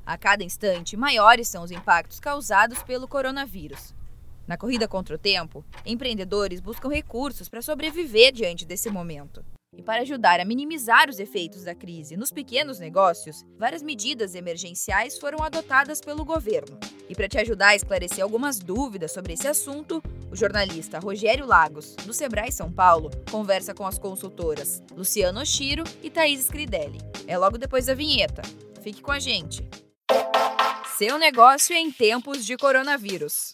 A cada instante, maiores são os impactos causados pelo coronavírus. Na corrida contra o tempo, empreendedores buscam recursos para sobreviver diante desse momento. E para ajudar a minimizar os efeitos da crise nos pequenos negócios, várias medidas emergenciais foram adotadas pelo governo. E para te ajudar a esclarecer algumas dúvidas sobre esse assunto, o jornalista Rogério Lagos, do Sebrae São Paulo, conversa com as consultoras Luciana Oshiro e Thaís Scridelli. É logo depois da vinheta. Fique com a gente. Seu negócio em tempos de coronavírus.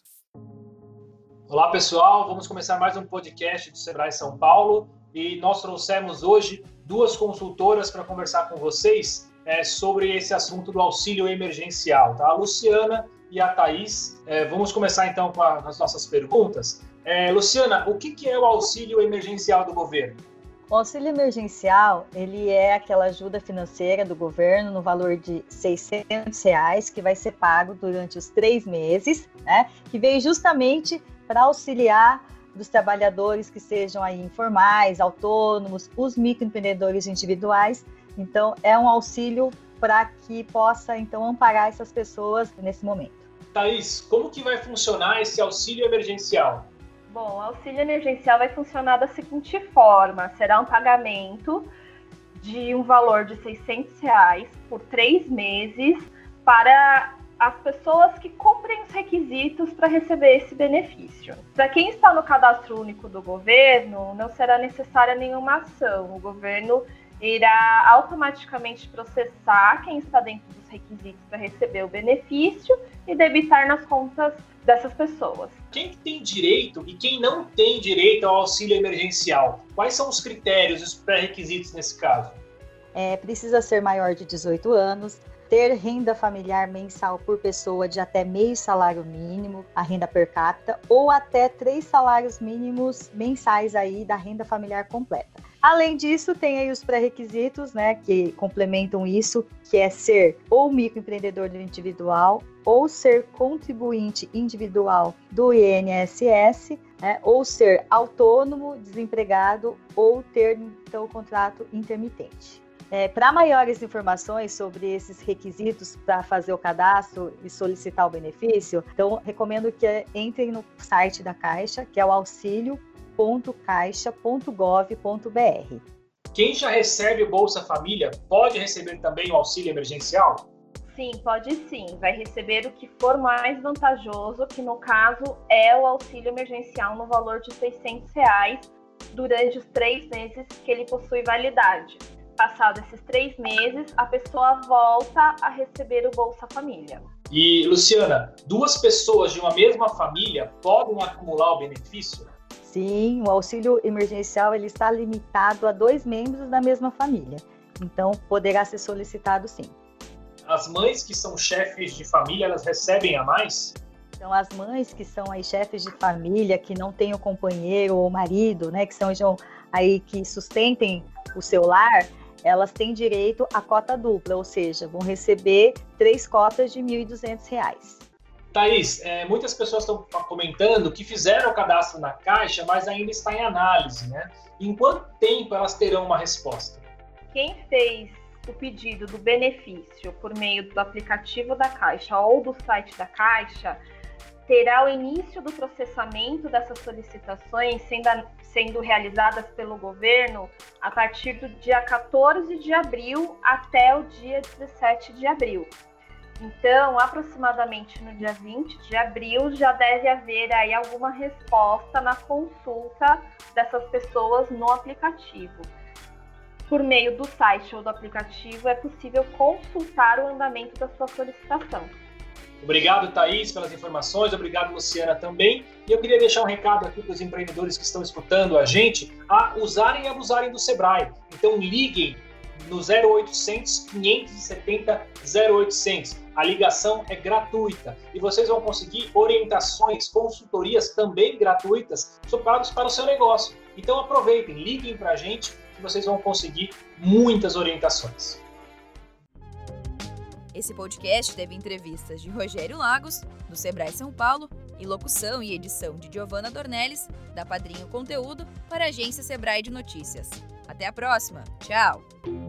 Olá, pessoal. Vamos começar mais um podcast do Sebrae São Paulo. E nós trouxemos hoje duas consultoras para conversar com vocês sobre esse assunto do auxílio emergencial, tá? A Luciana e a Thaís. Vamos começar então com as nossas perguntas. Luciana, o que é o auxílio emergencial do governo? O auxílio emergencial, ele é aquela ajuda financeira do governo no valor de R$ 600, que vai ser pago durante os 3 meses, né? Que veio justamente para auxiliar dos trabalhadores que sejam aí informais, autônomos, os microempreendedores individuais. Então, é um auxílio para que possa, então, amparar essas pessoas nesse momento. Thaís, como que vai funcionar esse auxílio emergencial? Bom, o auxílio emergencial vai funcionar da seguinte forma: será um pagamento de um valor de R$ 600 por 3 meses para as pessoas que cumprem os requisitos para receber esse benefício. Para quem está no cadastro único do governo, não será necessária nenhuma ação. O governo irá automaticamente processar quem está dentro dos requisitos para receber o benefício e debitar nas contas dessas pessoas. Quem tem direito e quem não tem direito ao auxílio emergencial? Quais são os critérios e os pré-requisitos nesse caso? Precisa ser maior de 18 anos, ter renda familiar mensal por pessoa de até meio salário mínimo, a renda per capita, ou até 3 salários mínimos mensais aí da renda familiar completa. Além disso, tem aí os pré-requisitos, né, que complementam isso, que é ser ou microempreendedor individual, ou ser contribuinte individual do INSS, né, ou ser autônomo, desempregado, ou ter, então, contrato intermitente. Para maiores informações sobre esses requisitos para fazer o cadastro e solicitar o benefício, então recomendo que entrem no site da Caixa, que é o auxilio.caixa.gov.br. Quem já recebe o Bolsa Família pode receber também o auxílio emergencial? Sim, pode sim. Vai receber o que for mais vantajoso, que no caso é o auxílio emergencial no valor de R$ 600 durante os 3 meses que ele possui validade. Passados esses 3 meses, a pessoa volta a receber o Bolsa Família. E, Luciana, 2 pessoas de uma mesma família podem acumular o benefício? Sim, o auxílio emergencial ele está limitado a 2 membros da mesma família. Então, poderá ser solicitado sim. As mães que são chefes de família, elas recebem a mais? Então, as mães que são aí chefes de família, que não têm o companheiro ou o marido, né, que são aí que sustentem o seu lar, elas têm direito à cota dupla, ou seja, vão receber 3 cotas de R$ 1.200. Thaís, muitas pessoas estão comentando que fizeram o cadastro na Caixa, mas ainda está em análise, né? Em quanto tempo elas terão uma resposta? Quem fez o pedido do benefício por meio do aplicativo da Caixa ou do site da Caixa terá o início do processamento dessas solicitações sendo realizadas pelo governo a partir do dia 14 de abril até o dia 17 de abril. Então, aproximadamente no dia 20 de abril, já deve haver aí alguma resposta na consulta dessas pessoas no aplicativo. Por meio do site ou do aplicativo, é possível consultar o andamento da sua solicitação. Obrigado, Thaís, pelas informações. Obrigado, Luciana, também. E eu queria deixar um recado aqui para os empreendedores que estão escutando a gente a usarem e abusarem do Sebrae. Então, liguem no 0800 570 0800. A ligação é gratuita e vocês vão conseguir orientações, consultorias também gratuitas para o seu negócio. Então, aproveitem, liguem para a gente que vocês vão conseguir muitas orientações. Esse podcast teve entrevistas de Rogério Lagos, do Sebrae São Paulo, e locução e edição de Giovana Dornelles, da Padrinho Conteúdo, para a agência Sebrae de Notícias. Até a próxima. Tchau!